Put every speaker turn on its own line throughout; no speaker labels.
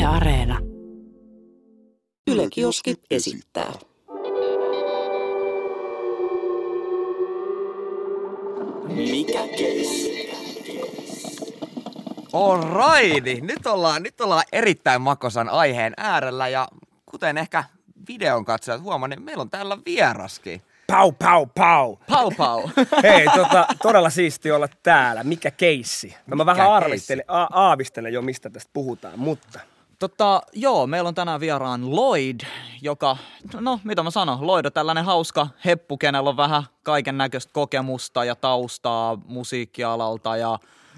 Areena.
Yle Kioski esittää. Mikä keissi?
Alrighty, nyt ollaan erittäin makosan aiheen äärellä ja kuten ehkä videon katsojat huomanneet, meillä on täällä vieraskin.
Pau, pau, pau.
Pau, pau.
Hei, todella siisti olla täällä. Mikä keissi? Mä vähän aavistelen jo, mistä tästä puhutaan, mutta...
Joo, meillä on tänään vieraan Lloyd, joka, no mitä mä sanon, Lloyd on tällainen hauska heppu, kenellä on vähän kaiken näköistä kokemusta ja taustaa musiikkialalta ja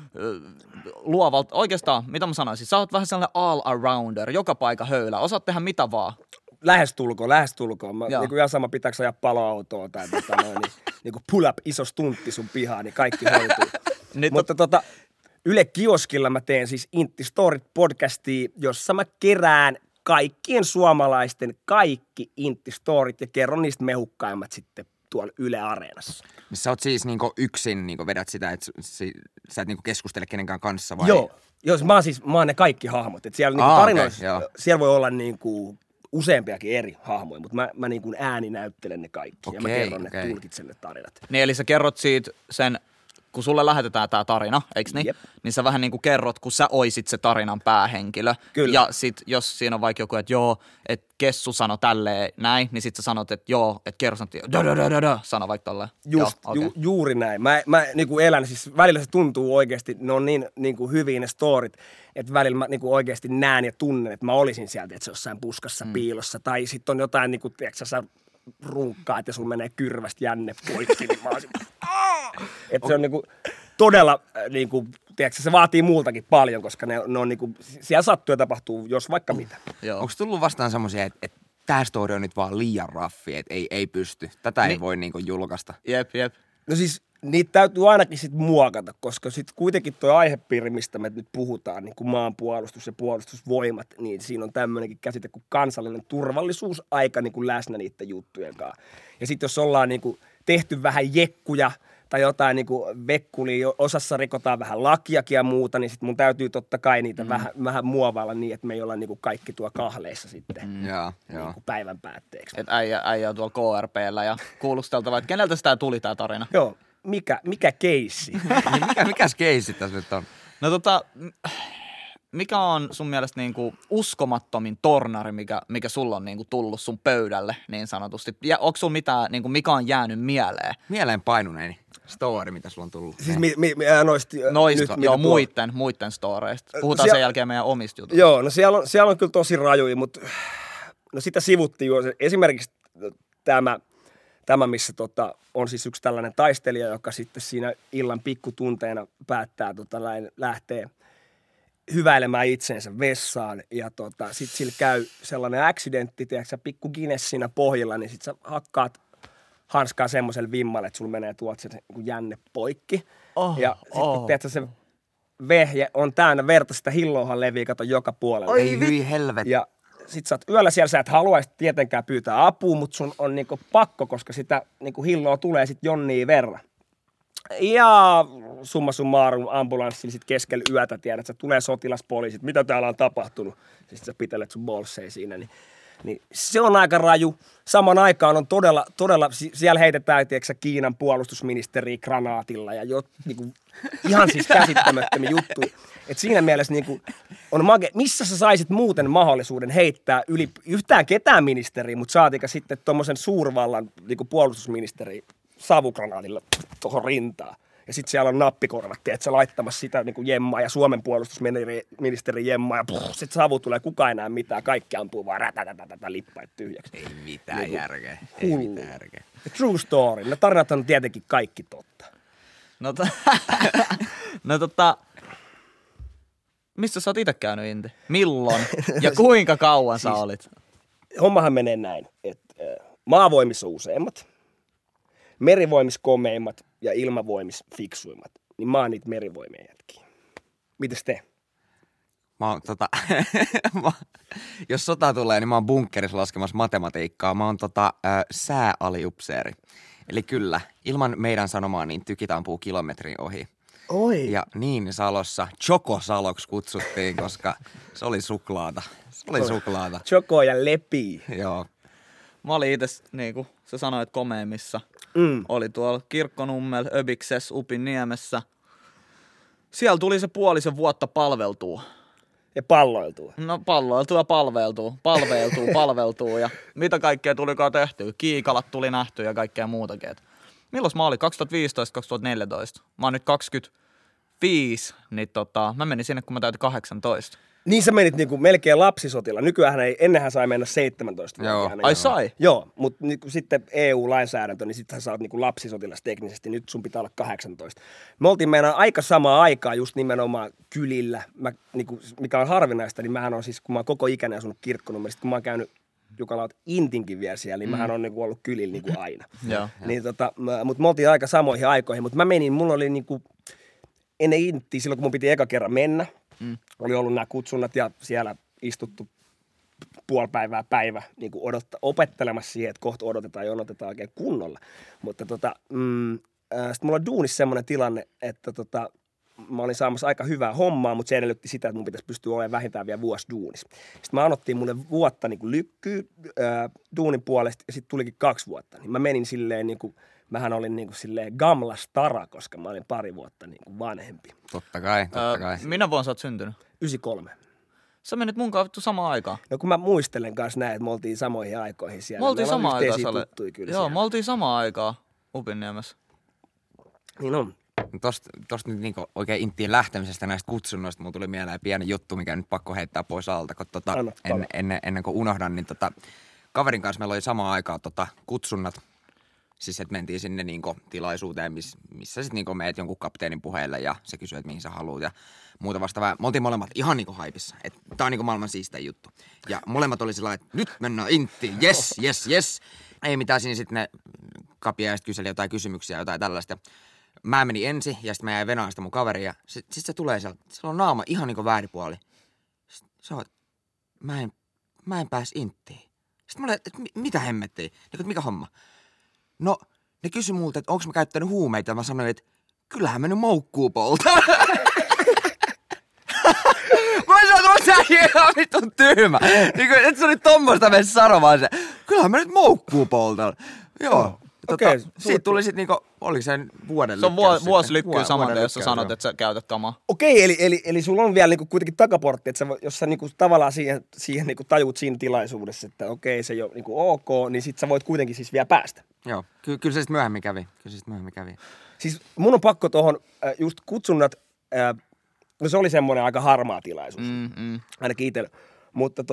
luovalta. Oikeastaan, mitä mä sanoisin, sä oot vähän sellainen all-arounder, joka paikka höylä, osaat tehdä mitä vaan.
Lähestulkoon. Niin ihan sama, pitääkö ajaa paloautoa tai niin pull up iso stuntti sun pihaan, niin kaikki hoituu. Mutta Yle Kioskilla mä teen siis Intti Storit podcastia, jossa mä kerään kaikkien suomalaisten kaikki Intti Storit ja kerron niistä mehukkaimmat sitten tuolla Yle Areenassa.
Sä oot siis niinku yksin niinku vedät sitä, että sä et niinku keskustele kenenkään kanssa vai?
Joo, mä oon ne kaikki hahmot. Et siellä niinku tarinoissa, siellä voi olla niinku useampiakin eri hahmoja, mutta mä niinku ääninäyttelen ne kaikki ja mä kerron ne, tulkitsen ne tarinat.
Niin eli sä kerrot siitä sen, kun sulle lähetetään tää tarina, eiks niin? Jep. Niin sä vähän niinku kerrot, kun sä oisit se tarinan päähenkilö. Kyllä. Ja sit jos siinä on vaikka joku, että joo, että Kessu sanoi tälleen näin, niin sit sä sanot, että joo, että kerro sano vaikka tolleen.
Just, juuri näin. Mä niinku elän, siis välillä se tuntuu oikeesti, ne on niin niinku hyviä ne storit, että välillä mä niinku oikeesti näen ja tunnen, että mä olisin sieltä, että se jossain puskassa piilossa. Tai sit on jotain niinku, tiedätkö sä runkkaat ja sun menee kyrvästä jänne poikki, niin mä oon että se on niinku todella niinku, tiedätkö, se vaatii muultakin paljon, koska ne on niinku, siellä sattuu ja tapahtuu jos vaikka mitä.
Onko tullut vastaan semmoisia, että tää story on nyt vaan liian raffi, että ei pysty, tätä ei voi niinku julkaista?
Jep.
No siis niitä täytyy ainakin sit muokata, koska sit kuitenkin toi aihepiiri, mistä me nyt puhutaan, niin kuin maanpuolustus ja puolustusvoimat, niin siinä on tämmöinenkin käsite kuin kansallinen turvallisuus aika niin kuin läsnä niiden juttujen kanssa. Ja sitten jos ollaan niin kuin tehty vähän jekkuja tai jotain niin kuin vekkulia, osassa rikotaan vähän lakiakin ja muuta, niin sitten mun täytyy totta kai niitä vähän muovailla niin, että me ei olla niin kuin kaikki tuo kahleissa sitten niin kuin päivän päätteeksi.
Et äijä on tuolla KRP:llä ja kuulusteltava, että keneltä sitä tuli tää tarina?
Joo. Mikä keissi?
Mikäs keissi tässä nyt on?
No mikä on sun mielestä niinku uskomattomin tornari, mikä sulla on niinku tullut sun pöydälle niin sanotusti? Ja onko sulla mitään, niinku, mikä on jäänyt mieleen?
Mieleen painuneeni story, mitä sulla on tullut.
Siis
noista, joo, muitten storeista. Puhutaan sen jälkeen meidän omista jutuista.
Joo, no siellä on kyllä tosi rajuja, mutta no sitä sivuttiin jo. Esimerkiksi Tämä, missä on siis yksi tällainen taistelija, joka sitten siinä illan pikkutunteina päättää lähtee hyväilemään itsensä vessaan. Ja sitten sillä käy sellainen accidentti, tiedätkö, pikku Guinness siinä pohjalla, niin sitten sä hakkaat hanskaa semmoiselle vimmalle, että sulla menee tuolta se jänne poikki. Ja sitten tiedätkö, se vehje on täynnä verta, sitä hilloahan levii, kato joka puolella.
Ei hyi helvetti. Ja
sit sä oot yöllä siellä, sä et haluaisi tietenkään pyytää apua, mutta sun on niinku pakko, koska sitä niinku hilloa tulee sit jonniin verran. Ja summa summarum ambulanssilla sit keskellä yötä tiedät, että tulee sotilaspoliisit, mitä täällä on tapahtunut. Sitten sä pitelet sun bolsseja siinä, niin se on aika raju. Saman aikaan on todella siellä heitetään, tiedätkö, Kiinan puolustusministeriä granaatilla ja niinku, ihan siis käsittämättömiä juttuja. Et siinä mielessä niinku, on missä sä saisit muuten mahdollisuuden heittää yli yhtään ketään ministeriä, mutta saatika sitten tommosen suurvallan niinku puolustusministeri savugranaatilla tuohon rintaan. Ja sitten siellä on nappikorvat, että sä laittamassa sitä niinku jemmaa ja Suomen puolustusministeri jemmaa ja sitten savu tulee, kukaan enää mitään, kaikki ampuu vaan rätätätätä lippait tyhjäksi.
Ei mitään järkeä.
True story. No tarinat on tietenkin kaikki totta.
Missä sä oot itse käynyt, Inti? Milloin? Ja kuinka kauan sä olit?
Hommahan menee näin, että maavoimissa on useimmat, merivoimissa komeimmat ja ilmavoimissa fiksuimmat. Niin mä oon niitä merivoimien jätkiä. Mites te?
Mä oon jos sota tulee, niin mä oon bunkkerissa laskemassa matematiikkaa. Mä oon sääaliupseeri. Eli kyllä, ilman meidän sanomaa niin tykit ampuu kilometrin ohi.
Oi.
Ja Niinisalossa Chokosaloksi kutsuttiin, koska se oli suklaata.
Choko ja lepii.
Joo.
Mä olin itse, niin kuin sä sanoit, komeimmissa. Oli tuolla Kirkkonummel, Öbikses, Upinniemessä. Siellä tuli se puolisen vuotta palveltua.
Ja palloiltuu.
No palloiltuu ja palveltuu ja mitä kaikkea tulikaan tehtyä. Kiikalat tuli nähtyä ja kaikkea muutakin. Milloin mä olin? 2015-2014. Mä oon nyt 25, niin mä menin sinne kun mä täytin 18.
Niin sä menit niinku melkein lapsisotilla. Nykyään ennenhän sai mennä 17 vuotiaana.
Ai sai?
Joo, mutta niinku sitten EU-lainsäädäntö, niin sitten sä oot niinku lapsisotilas teknisesti. Nyt sun pitää olla 18. Me oltiin meidän aika samaa aikaa just nimenomaan kylillä. Niinku, mikä on harvinaista, niin mähän on siis, kun mä oon koko ikäinen asunut Kirkkonummella, kun mä oon käynyt Jukalaut Intinkin vielä siellä, niin mähän on niinku ollut kylillä niinku aina. Niin mutta me oltiin aika samoihin aikoihin. Mutta mä menin, mulla oli niinku ennen Inttiä, silloin kun mun piti eka kerran mennä, oli ollut nämä kutsunnat ja siellä istuttu puoli päivä niin kuin opettelemassa siihen, että kohta odotetaan ja odotetaan oikein kunnolla. Mutta sitten mulla on duunissa semmoinen tilanne, että mä olin saamassa aika hyvää hommaa, mutta se edellytti sitä, että mun pitäisi pystyä olemaan vähintään vielä vuosi duunissa. Sitten mä annottiin mulle vuotta niin kuin lykkyä duunin puolesta ja sitten tulikin 2 vuotta. Niin mä menin silleen niin kuin, mähän olin niin kuin silleen gamla stara, koska mä olin 2 vuotta niin kuin vanhempi.
Totta kai.
Minä vuonna sä oot syntynyt?
93.
Sä menit mun kanssa samaan aikaan.
No kun mä muistelen kanssa näin, että me oltiin samoihin aikoihin siellä.
Me oltiin samaan aikaan.
Joo,
me oltiin samaan aikaan Upinniemessä.
Niin on.
Tosta nyt niinku oikein Inttiin lähtemisestä näistä kutsunnoista mulla tuli mieleen pieni juttu, mikä nyt pakko heittää pois alta, kun ennen kuin unohdan, niin kaverin kanssa meillä oli samaan aikaan kutsunnat. Siis että mentiin sinne niinku tilaisuuteen, missä sitten niinku meet jonkun kapteenin puheelle ja se kysyy, että mihin sä haluut ja muuta vastaavaa. Me oltiin molemmat ihan niinku haipissa, että tää on niinku maailman siistein juttu. Ja molemmat oli sillä että nyt mennään Inttiin, yes. Ei mitään, siinä sitten ne kapiaiset kyseli jotain kysymyksiä, jotain tällaista. Mä menin ensin ja sitten mä jäin venaan sitä mun kaveria ja sitten se tulee sieltä, sillä on naama ihan niinku vääripuoli. Se on, mä en pääs Inttiin. Sitten mä olin, että mitä hemmettiin, niin, mikä homma? No, ne kysyi multa, että onko mä käyttänyt huumeita, ja mä sanoin, että kyllähän mä nyt moukkuu polta. Mä sanoin, että sä ihan vitun tyhmä. Niin että se oli tommoista mennä sanomaan se. Kyllähän mä nyt moukkuu polta. Joo.
Okei.
Siitä tuli sit niinku, oliko se vuoden
lykkyys? Se on vuosi lykkyy saman, jos sä sanot, että sä käytät kamaa.
Okei, eli sulla on vielä niinku kuitenkin takaportti, että jos sä niinku tavallaan siihen niinku tajuut siinä tilaisuudessa, että okei, se ei ole niinku ok, niin sit sä voit kuitenkin siis vielä päästä.
Joo, kyllä se sitten myöhemmin kävi.
Siis mun on pakko tuohon just kutsunnat, no se oli semmoinen aika harmaa tilaisuus, ainakin itsellä. Mutta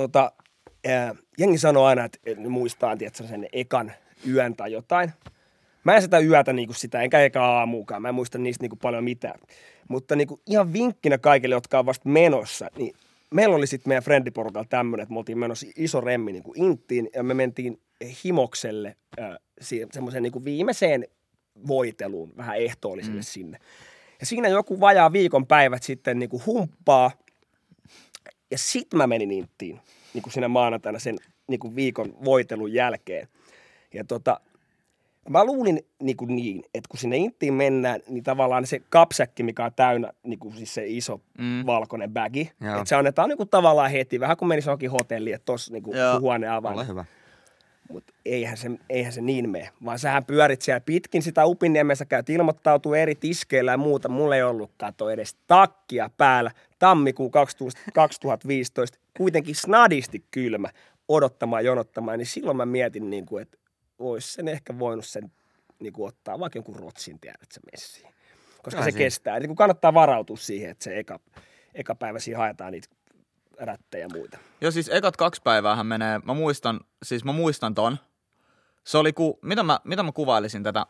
jengi sanoo aina, että muistaa, tiedätkö, sen ekan yön tai jotain. Mä en sitä yötä niinku sitä, enkä eka aamuukaan. Mä en muista niistä niinku paljon mitään. Mutta niinku ihan vinkkinä kaikille, jotka on vasta menossa, niin meillä oli sitten meidän friendiporukalla tämmöinen, että me oltiin menossa iso remmi niinku Inttiin ja me mentiin Himokselle semmoiseen niinku viimeiseen voiteluun, vähän ehtoolliselle sinne. Ja siinä joku vajaa viikonpäivät sitten niinku humppaa ja sit mä menin Inttiin niinku siinä maanantaina sen niinku viikon voitelun jälkeen. Ja mä luulin niin, että kun sinne Inttiin mennään, niin tavallaan se kapsäkki, mikä on täynnä, niin siis se iso valkoinen bagi, että se annetaan niin kuin tavallaan heti, vähän kuin menisi johonkin hotelliin, että tossa niin huone avain.
Ole hyvä.
Mutta eihän se niin mene, vaan sähän pyörit siellä pitkin sitä Upinniemessä, käyt ilmoittautuu eri tiskeillä ja muuta. Mulla ei ollut edes takkia päällä. Tammikuu 2015, kuitenkin snadisti kylmä, odottamaan, jonottamaan, niin silloin mä mietin, niin kuin, että olisi sen ehkä voinut sen niin kuin ottaa vaikka jonkun rotsin, tiedät sä messiin. Koska se kestää. Eli kun kannattaa varautua siihen, että se eka päivä siinä haetaan niitä rättejä ja muita.
Joo, siis ekat 2 päiväähän menee, mä muistan ton. Se oli mitä mä kuvailisin tätä?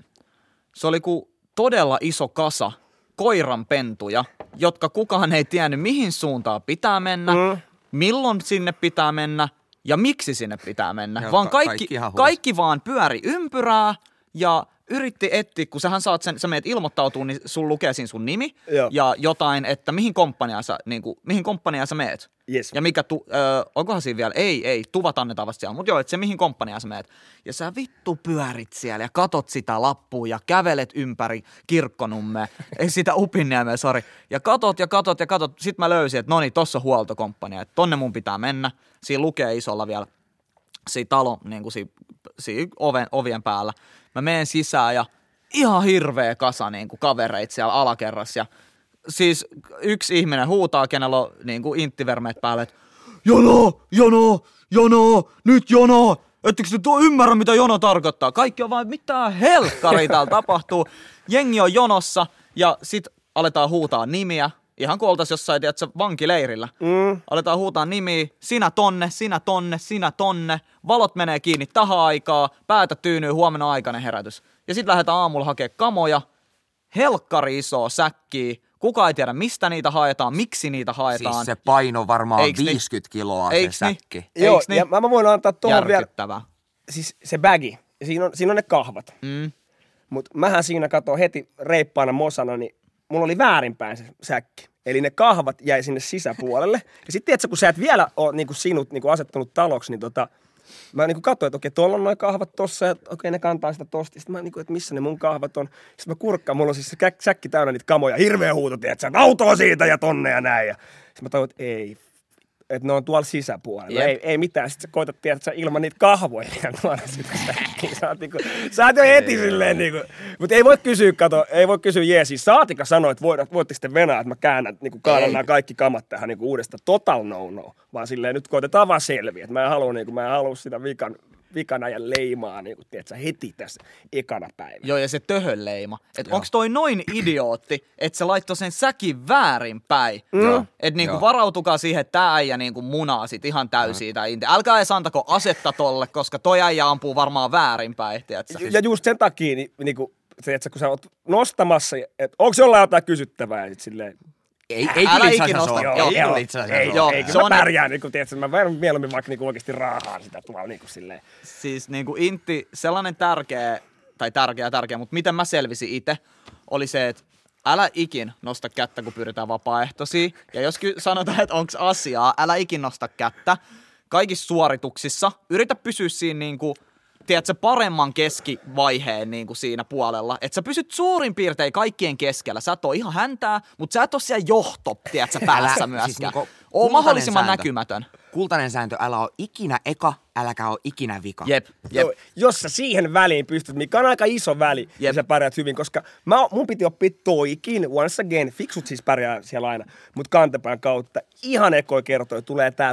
Se oli todella iso kasa koiranpentuja, jotka kukaan ei tiennyt, mihin suuntaan pitää mennä, milloin sinne pitää mennä ja miksi sinne pitää mennä. Vaan kaikki vaan pyöri ympyrää ja yritti etsiä, kun sähän saat sen, sä meet ilmoittautumaan, niin sun lukee siinä sun nimi
Joo.
ja jotain, että mihin komppaniaan sä meet.
Yes.
Ja onkohan siinä vielä, ei, tuvat annetaan vasta siellä, mutta joo, että se mihin komppaniaan sä meet. Ja sä vittu pyörit siellä ja katot sitä lappua ja kävelet ympäri Kirkkonummea, ei sitä Upinniemeä, sori. Ja katot. Sit mä löysin, että noniin, tossa on huoltokomppania, että tonne mun pitää mennä. Siinä lukee isolla vielä siinä talon, niin kuin siinä ovien päällä. Mä menen sisään ja ihan hirveä kasa niin kuin kavereita siellä alakerrassa. Ja siis yksi ihminen huutaa, kenellä on niin kuin inttivermeet päälle, että jono, nyt jono. Ettekö te ymmärrä, mitä jono tarkoittaa? Kaikki on vaan, mitä helkkari täällä tapahtuu. Jengi on jonossa ja sit aletaan huutaa nimiä. Ihan kuin oltaisiin jossain, tiedätkö, vankileirillä. Aletaan huutaa nimiä, sinä tonne. Valot menee kiinni tähän aikaa, päätä tyynyy, huomenna aikainen herätys. Ja sitten lähdetään aamulla hakemaan kamoja, helkkari isoa säkkiä. Kuka ei tiedä, mistä niitä haetaan, miksi niitä haetaan.
Siis se paino varmaan
Eiks
50 kiloa se säkki.
Joo, ja mä voin antaa tuohon vielä,
järkyttävää.
siis se bagi, siinä on ne kahvat. Mutta mähän siinä katsoin heti reippaana mosana, niin mulla oli väärinpäin se säkki. Eli ne kahvat jäi sinne sisäpuolelle. Ja sitten tiedätkö, kun sä et vielä ole niinku sinut niinku asettanut taloksi, niin mä niinku katsoin, että okei, tuolla on noi kahvat tossa, ja okei, ne kantaa sitä tosta. Sitten mä niinku, että missä ne mun kahvat on. Sitten mä kurkkaan, mulla on siis se säkki täynnä niitä kamoja, hirveä huuto, tiedätkö, että autoa siitä ja tonne ja näin. Ja sitten mä tajuin, että ei, että ne on tuolla sisäpuolella. Ei mitään. Sitten sä koetat, tiedätkö, ilman niitä kahvoja ja tuoda sitä säkkiä. Sä oot jo heti silleen niinku. Mutta ei voi kysyä jeesiä. Saatika sanoa, että voitteko sitten venää, että mä käännän nämä kaikki kamat tähän niinku uudesta total no. Vaan silleen nyt koitetaan vaan selviä. Että mä en halua sitä vikan ajan leimaa, niin kuin, tiedätkö, heti tässä ekana päivänä.
Joo, ja se töhön leima. Että onks toi noin idiootti, että se laittoi sen säkin väärinpäin. Että niinku varautukaa siihen, että tää äijä niinku munaa sit ihan täysiä tää inte. Älkää edes antako asetta tolle, koska toi äijä ampuu varmaan väärinpäin, tiedätkö?
Ja just sen takia, niinku, tiedätkö, kun sä oot nostamassa, että onko jollain jotain kysyttävää, ja sit silleen,
Ei
älä
kyllä
ikinä nosta.
Ei, kyllä mä pärjään, niin tiedätkö, mä mieluummin vaikka niin oikeasti raahaan sitä tuolla niin kuin silleen.
Siis niin kuin intti, sellainen tärkeä, mutta miten mä selvisin itse, oli se, että älä ikin nosta kättä, kun pyritään vapaaehtoisiin. Ja jos sanotaan, että onko asiaa, älä ikin nosta kättä. Kaikissa suorituksissa yritä pysyä siinä niin kuin, tiedätkö, paremman keskivaiheen niin kuin siinä puolella. Että sä pysyt suurin piirtein kaikkien keskellä. Sä et oo ihan häntää, mutta sä et oo siellä tiedätkö, päässä myöskään. Siis niinku, oo mahdollisimman näkymätön.
Kultainen sääntö, älä oo ikinä eka, äläkä oo ikinä vika.
Jep.
Jos sä siihen väliin pystyt, mikä on aika iso väli, niin sä pärjäät hyvin, koska mun piti oppia toikin, once again, fiksut siis pärjää siellä aina, mutta kantapään kautta ihan ekoi kertoi, tulee tää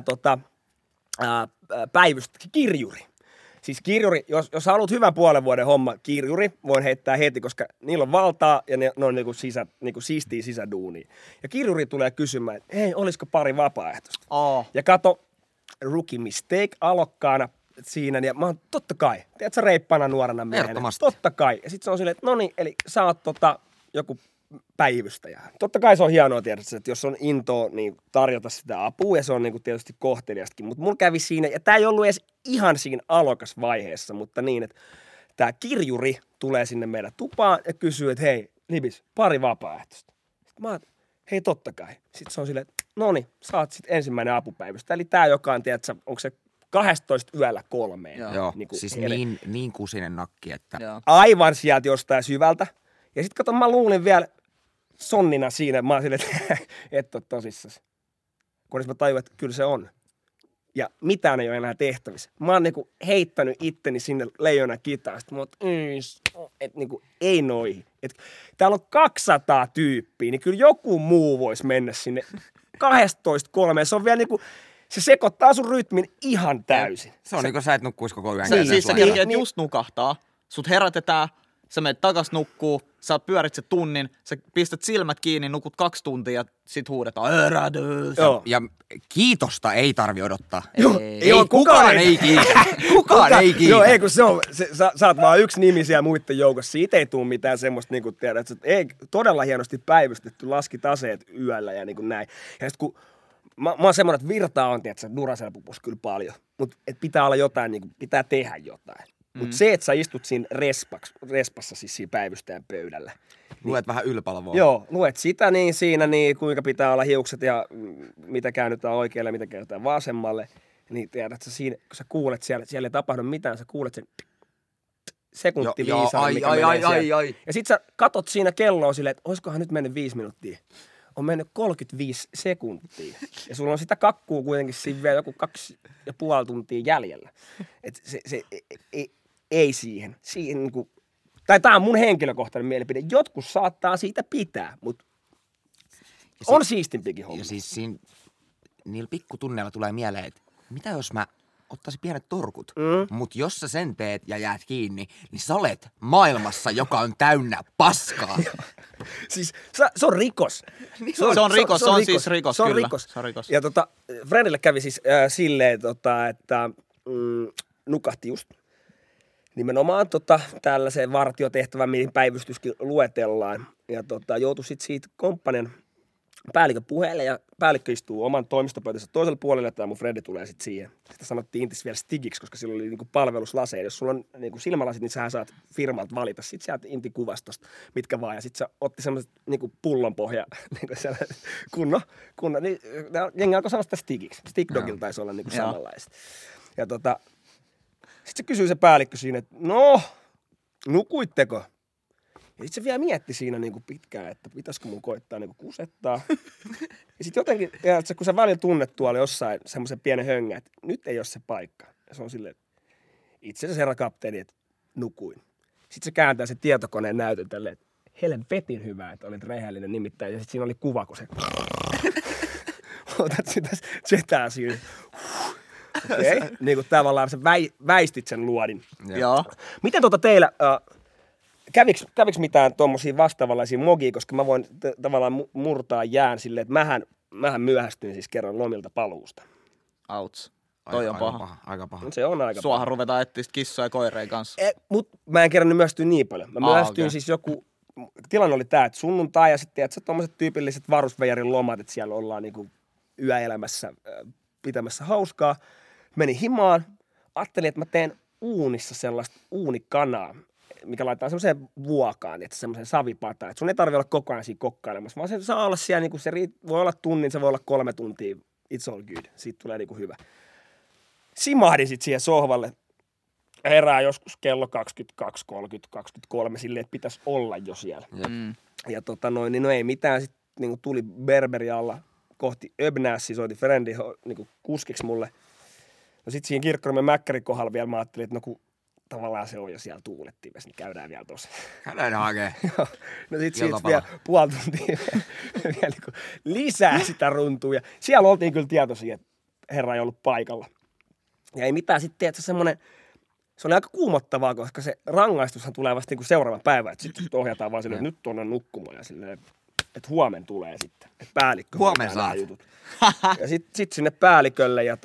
kirjuri. Siis kirjuri, jos haluat hyvän puolen vuoden homma, kirjuri voin heittää heti, koska niillä on valtaa ja ne on niinku siistiä sisäduunia. Ja kirjuri tulee kysymään, että hei, olisiko pari vapaaehtoista? Ja kato, rookie mistake alokkaana siinä, ja mä oon totta kai, tiedätkö reippana nuorena miehenä? Totta kai. Ja sit se on silleen, että noniin, eli sä oot joku päivystäjä. Totta kai se on hienoa tietysti, että jos on intoa, niin tarjota sitä apua, ja se on niinku tietysti kohteliastakin. Mutta mulla kävi siinä, ja tää ei ollut edes ihan siinä alokasvaiheessa, mutta niin, että tää kirjuri tulee sinne meidän tupaan ja kysyy, että hei, Libis, pari vapaaehtoista. Sitten mä oon, hei totta kai. Sitten se on silleen, että noniin, sä oot sit ensimmäinen apupäivystä. Eli tää, joka on, tiedätkö, onko se 12 yöllä 3.
Joo, siis niin kusinen nakki, että...
Joo.
Aivan sieltä jostain syvältä. Ja sit kato, mä luulin vielä sonnina siinä, mä oon silleen, että et ole tosissasi. Kunnes mä tajuin, että kyllä se on. Ja mitään ei ole enää tehtävissä. Mä oon niinku heittänyt itteni sinne leijonan kitaan. Sitten mä oon, että niinku ei noihin. Et täällä on 200 tyyppiä, niin kyllä joku muu voisi mennä sinne 12.3. Se on vielä niinku, se sekoittaa sun rytmin ihan täysin.
Se on niinku sä et nukkuis koko yön.
Siis sä kerkeet just nukahtaa, sut herätetään, sä menet takas nukkuu, sä pyörit se tunnin, sä pistät silmät kiinni, nukut 2 tuntia ja sit huudetaan herätys.
Ja kiitosta ei tarvi odottaa.
Ei
kukaan ei kiitä. Kukaan ei kiitä.
Joo, ei kun se on, sä oot vaan yksi nimi siellä muiden joukossa. Siitä ei tule mitään semmoista, niin kuin tiedät, että ei todella hienosti päivystetty, laskit aseet yöllä ja niin kuin näin. Ja sit kun mä oon semmoinen, että virtaa on, tiedätkö, Duracell-pupussa kyllä paljon, mutta pitää olla jotain, niin kuin, pitää tehdä jotain. Mutta se, että sä istut siinä respassa, siis siinä päivystäjän pöydällä.
Luet vähän ylpalvoa.
Joo, luet sitä niin siinä, niin kuinka pitää olla hiukset ja mitä käännytään oikealle ja mitä käännytään vasemmalle. Niin tiedät sä siinä, kun sä kuulet siellä ei tapahdu mitään, sä kuulet sen sekunti viisaan, mikä menee siellä. Ja sit sä katot siinä kelloa silleen, että olisikohan nyt mennyt 5 minuuttia. On mennyt 35 sekuntia. Ja sulla on sitä kakkuu kuitenkin siinä vielä joku 2,5 tuntia jäljellä. Et se ei siihen. Siihen niinku, tai tää on mun henkilökohtainen mielipide. Jotkut saattaa siitä pitää, mutta on siistimpikin homma.
Ja siis niillä pikkutunneilla tulee mieleen, että mitä jos mä ottaisin pienet torkut, mut jos sä sen teet ja jäät kiinni, niin sä olet maailmassa, joka on täynnä paskaa.
Siis se on rikos.
Se on rikos, se on siis rikos,
se on
kyllä.
rikos.
Se on rikos.
Ja Fredille kävi siis silleen, että nukahti just nimenomaan tällaiseen vartiotehtävään, mihin päivystyskin luetellaan. Ja joutui sitten siitä komppanian päällikön puheelle ja päällikkö istuu oman toimistopöytänsä toisella puolella ja mun Freddy tulee sitten siihen. Sitä sanottiin intis vielä stigiksi, koska sillä oli niinku palveluslaseja. Jos sulla on niinku silmälasit, niin sähän saat firmalta valita sitten sieltä inti-kuvastosta, mitkä vaan. Ja sitten se otti semmoiset niinku pullonpohja, niinku kunnon, niin jengi alkoi sanoa sitä stigiksi. Stigdogilla taisi olla niinku samanlaista. Ja sitten se kysyy se päällikkö siinä, että no, nukuitteko? Ja sitten se vielä mietti siinä niinku pitkään, että pitäisikö mun koittaa niinku kusettaa. Ja sitten jotenkin, kun sä välillä tunnet tuolla jossain semmoisen pienen höngän, että nyt ei ole se paikka. Ja se on silleen, itse asiassa herra kapteeni, että nukuin. Sitten se kääntää se tietokoneen näytön tälleen, että helvetin hyvä, että olit rehellinen nimittäin. Ja sitten siinä oli kuva, kun se otat sitä setää siinä. Okei, niin kuin tavallaan sä väistit sen luodin.
Joo.
Miten teillä... Käviks mitään tuommoisia vastaavanlaisia mogia, koska mä voin tavallaan murtaa jään silleen, että mähän myöhästyin siis kerran lomilta paluusta.
Outs. Toi on paha.
Aika paha.
Se on aika
Suohan ruvetaan etsiä kissoja ja koireen kanssa.
Mut mä en kerännyt myöhästyä niin paljon. Mä myöhästyin siis tilanne oli tää, että sunnuntai ja sitten tommoset tyypilliset varusveijarin lomat, että siellä ollaan niinku yöelämässä pitämässä hauskaa. Menin himaan, ajattelin, että mä teen uunissa sellaista uunikanaa, mikä laitetaan semmoiseen vuokaan, että semmoiseen savipataan. Että sun ei tarvitse olla koko ajan siinä kokkailemassa, vaan se saa olla siellä, niin kuin se voi olla tunnin, se voi olla 3 tuntia. It's all good. Siitä tulee niin kuin hyvä. Simahdin sitten siihen sohvalle. Herää joskus kello 22:30, silleen, että pitäisi olla jo siellä. Ja niin no ei mitään. Sitten niin tuli Berberi alla kohti Öbnässi, soiti Frendi niin kuskiksi mulle. No sitten siinä Kirkkoniemen Mäkkärin kohdalla vielä mä ajattelin, että no kun tavallaan se on jo siellä tuulettimessa, niin käydään vielä tossa.
Käydään hakee.
No sit siitä vielä puoli tuntia vielä niin lisää sitä runtua. Ja siellä oltiin kyllä tietoisia, että herra ei ollut paikalla. Ja ei mitään sitten, että se oli aika kuumottavaa, koska se rangaistushan tulee vasta niin kuin seuraavan päivän. Että sitten ohjataan vaan silleen, että nyt tuonne nukkumaan ja silleen, että huomen tulee sitten. Että päällikkö
huomen saat.
Jutut. Ja sit sinne päällikölle ja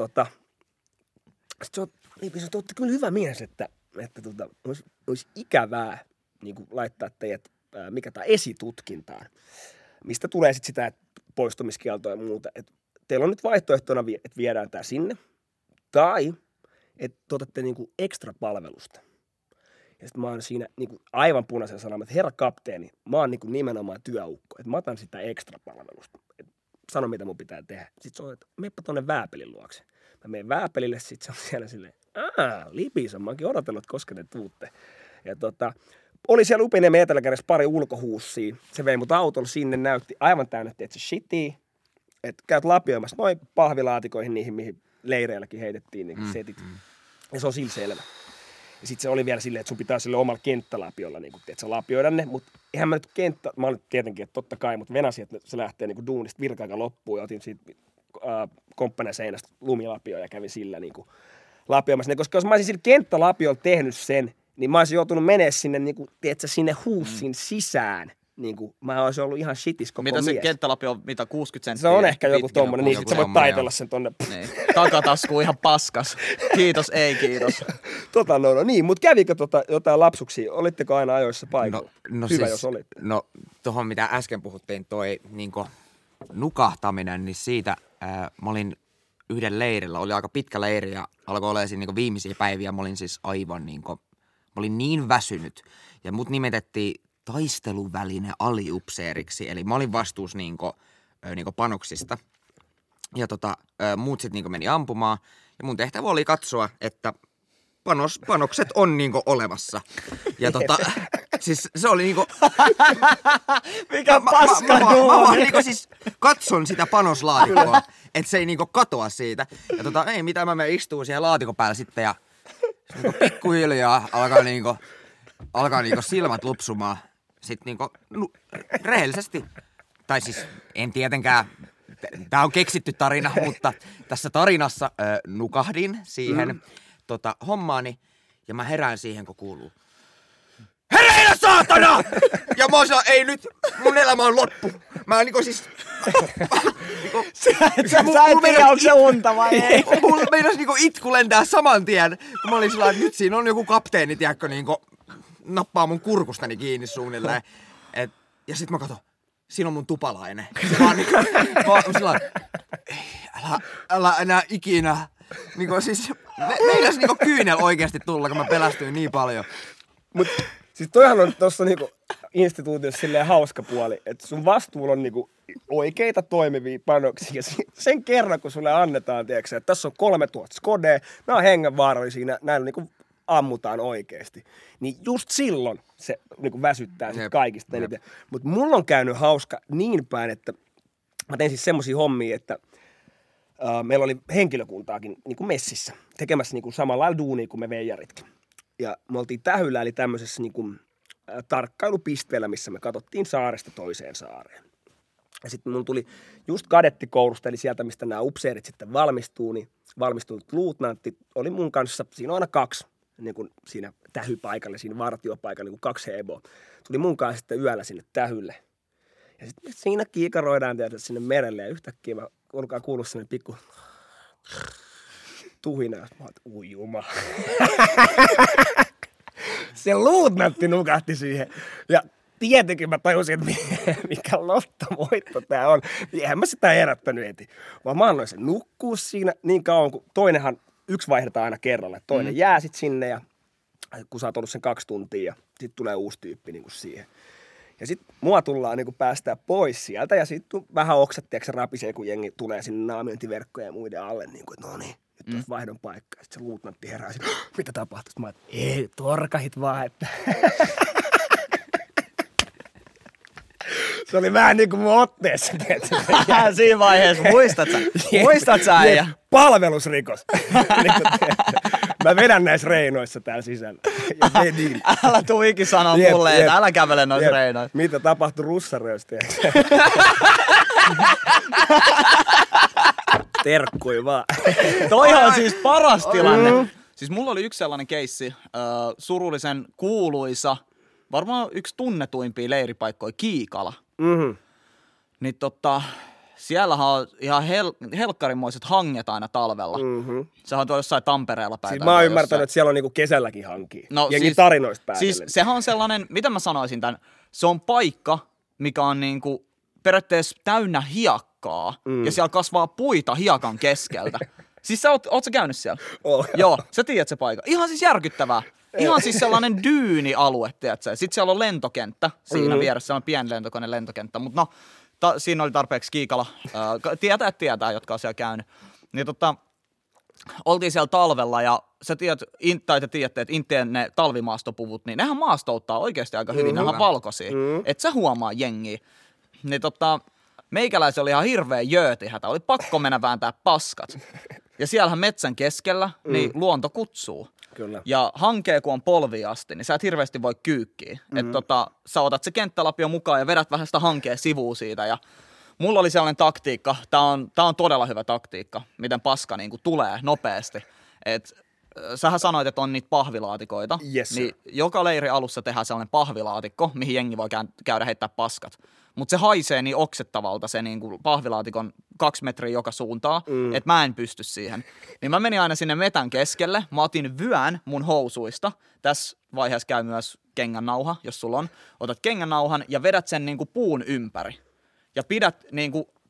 sitten se otti kyllä hyvä mies, että olisi ikävää niin kuin laittaa teidät esitutkintaan, mistä tulee sitten sitä poistumiskieltoa ja muuta. Et teillä on nyt vaihtoehtona, että viedään tämä sinne, tai että otatte niin kuin ekstra palvelusta. Ja sitten mä oon siinä niin kuin aivan punaisen sanomaan, että herra kapteeni, mä oon niin kuin nimenomaan työukko, että mä otan sitä ekstra palvelusta. Et sano, mitä mun pitää tehdä. Sitten se on, että meppä tonne Vääpelin luokse. Mä menen Vääpelille, sitten se on siellä silleen, Lipis on, mä oonkin odotellut, koska te tuutte. Ja oli siellä Upiniemen Eteläkädessä pari ulkohuussia. Se vei mut autolla sinne, näytti aivan täynnä, että se shitii. Että käyt lapioimassa noin pahvilaatikoihin niihin, mihin leireilläkin heitettiin niin setit. Ja se on sillä selvä. Ja sitten se oli vielä silleen, että sun pitää sille omalla kenttälapiolla niin kun, tiedätkö, lapioida ne. Mutta eihän mä nyt mä olin tietenkin, että totta kai, mutta venasin, että se lähtee niin duunista virka-aika loppuun. Ja otin siitä komppanen seinästä lumilapioa ja kävin sillä niin kuin lapioimassa. Koska jos mä olisin sillä kenttälapiolla tehnyt sen, niin mä olisin joutunut menemään sinne, niin kuin, tiedätkö, sinne huussin sisään. Niin kuin, mä olisin ollut ihan shitis koko mies.
Mitä se kenttälapio on, 60 senttiä?
Se on ehkä joku tommonen, niin sit sä voit taitella sen tonne.
Niin. Takatasku ihan paskas. Kiitos, ei kiitos.
Niin, mutta kävikö jotain lapsuksia? Olitteko aina ajoissa paikalla?
No
hyvä,
siis,
jos olitte.
No tuohon mitä äsken puhuttiin, toi niinku nukahtaminen, niin siitä mä olin yhden leirillä, oli aika pitkä leiri ja alkoi olla siinä niinku viimeisiä päiviä, mä olin siis aivan niinku Mä olin niin väsynyt. Ja mut nimetettiin taisteluväline aliupseeriksi. Eli mä olin vastuus niinku panoksista. Ja muut sit niinku meni ampumaan. Ja mun tehtävä oli katsoa, että panokset on niinku olemassa. Ja siis se oli niinku...
Mikä paska
mä vaan niinku siis katson sitä panoslaatikkoa, että se ei niinku katoa siitä. Ja ei mitään, mä menen istuun siihen laatikon päällä sitten ja niinku pikkuhiljaa alkaa niinku silmät lupsumaan. Sitten niinku rehellisesti, tai siis en tietenkään, tää on keksitty tarina, mutta tässä tarinassa nukahdin siihen hommaani ja mä herään siihen, kun kuuluu hereillä saatana! Ja mä oon ei nyt, mun elämä on loppu. Mä niinku siis...
Sä et tiedä, onko se unta vai ei?
Mulla meinas niinku itku lentää saman tien. Kun mä olin sillä että nyt siinä on joku kapteeni, tiedätkö, niinku nappaa mun kurkustani kiinni suunnilleen. Ja sit mä katon, siinä on mun tupalainen. Mä oon sillä ei, älä enää ikinä. Niinku siis, meinas niinku kyynel oikeesti tulla, kun mä pelästyin niin paljon.
Mut siis toihan on tossa niinku instituutiossa silleen hauska puoli, että sun vastuulla on niinku oikeita toimivia panoksia. Sen kerran, kun sulle annetaan, tiedätkö, että tässä on 3000 skodea, nämä on hengenvaarallisia, näillä niinku ammutaan oikeesti. Niin just silloin se niinku väsyttää sit kaikista eniten. Mutta mulla on käynyt hauska niin päin, että mä tein siis semmosia hommia, että meillä oli henkilökuntaakin niinku messissä tekemässä niinku samalla lailla duunia kuin me veijaritkin. Ja me oltiin Tähyllä, eli tämmöisessä niinku tarkkailupisteellä, missä me katsottiin saaresta toiseen saareen. Ja sitten mun tuli just kadettikoulusta, eli sieltä, mistä nämä upseerit sitten valmistuu, niin valmistunut luutnantti oli mun kanssa, siinä on aina 2, niin kuin siinä tähypaikalle, siinä vartiopaikalla, niin kuin 2 heboa. Tuli mun kanssa sitten yöllä sinne Tähylle. Ja sitten me siinä kiikaroidaan sinne merelle, ja yhtäkkiä mä olkaan kuullut sellainen pikku tuhina, ja mä oon, juma. Se luutnantti nukahti siihen. Ja tietenkin mä tajusin, että mikä lottovoitto tää on. Eihän mä sitä herättänyt heti. Vaan mä annoin sen nukkua siinä niin kauan, kun toinenhan, yksi vaihdetaan aina kerralla. Toinen jää sit sinne, ja kun sä oot ollut sen 2 tuntia, ja sit tulee uusi tyyppi niin kuin siihen. Ja sit mua tullaan niin kuin päästää pois sieltä, ja sit vähän oksattiaksi se rapisee, kun jengi tulee sinne naamiointiverkkojen ja muiden alle, niin kuin, että no niin. Nyt on vaihdon paikka. Sitten se luutnantti herää. Mitä tapahtui? Mä ajattelin, ei, torkahit vaan, että... Se oli vähän niin kuin mun otteessa.
Siinä vaiheessa, muistat sä äijä?
Palvelusrikos. Mä vedän näissä reinoissa täällä sisällä. Ja vedin.
Älä tuu ikin sanoa mulle, että älä kävele noissa reinoissa.
Mitä tapahtui russaröistä? Terkkui vaan.
Toihan on siis paras tilanne. Siis mulla oli yksi sellainen keissi, surullisen kuuluisa, varmaan yksi tunnetuimpia leiripaikkoja, Kiikala. Niin siellähän on ihan helkkarimoiset hanget aina talvella. Sehän on tuo jossain Tampereella päin.
Siis mä oon ymmärtänyt, että siellä on niinku kesälläkin hankia. No, jengi siis, tarinoista päätellen.
Siis sehän on sellainen, mitä mä sanoisin tämän, se on paikka, mikä on niinku periaatteessa täynnä hiekkaa. Ja siellä kasvaa puita hiekan keskeltä. Siis oot sä käynyt siellä? Joo, sä tiedät se paikka. Ihan siis järkyttävää. Ihan siis sellainen dyynialue, tiedätkö? Sitten siellä on lentokenttä siinä vieressä, se on pieni lentokenttä, mutta no, siinä oli tarpeeksi Kiikala. Tietää, jotka on siellä käynyt. Niin oltiin siellä talvella ja sä tiedät, te tiedätte, että Intien ne talvimaastopuvut, niin nehän maastouttaa oikeasti aika hyvin, nehän valkoisia. Et sä huomaa jengiä. Niin meikäläisen oli ihan hirveä jöötihätä, oli pakko mennä vääntää paskat. Ja siellähän metsän keskellä, niin luonto kutsuu.
Kyllä.
Ja hankee, kun on polviin asti, niin sä et hirveästi voi kyykkiä. Että sä otat se kenttälapio mukaan ja vedät vähän sitä hankea sivuun siitä. Ja mulla oli sellainen taktiikka, tää on todella hyvä taktiikka, miten paska niin kuin tulee nopeasti. Et sähän sanoit, että on niitä pahvilaatikoita.
Yes,
niin joka leiri alussa tehdään sellainen pahvilaatikko, mihin jengi voi käydä heittää paskat. Mutta se haisee niin oksettavalta se niinku pahvilaatikon 2 metriä joka suuntaan, että mä en pysty siihen. Niin mä menin aina sinne metän keskelle, mä otin vyön mun housuista. Tässä vaiheessa käy myös kengännauha, jos sulla on. Otat kengännauhan ja vedät sen niinku puun ympäri. Ja pidät niinku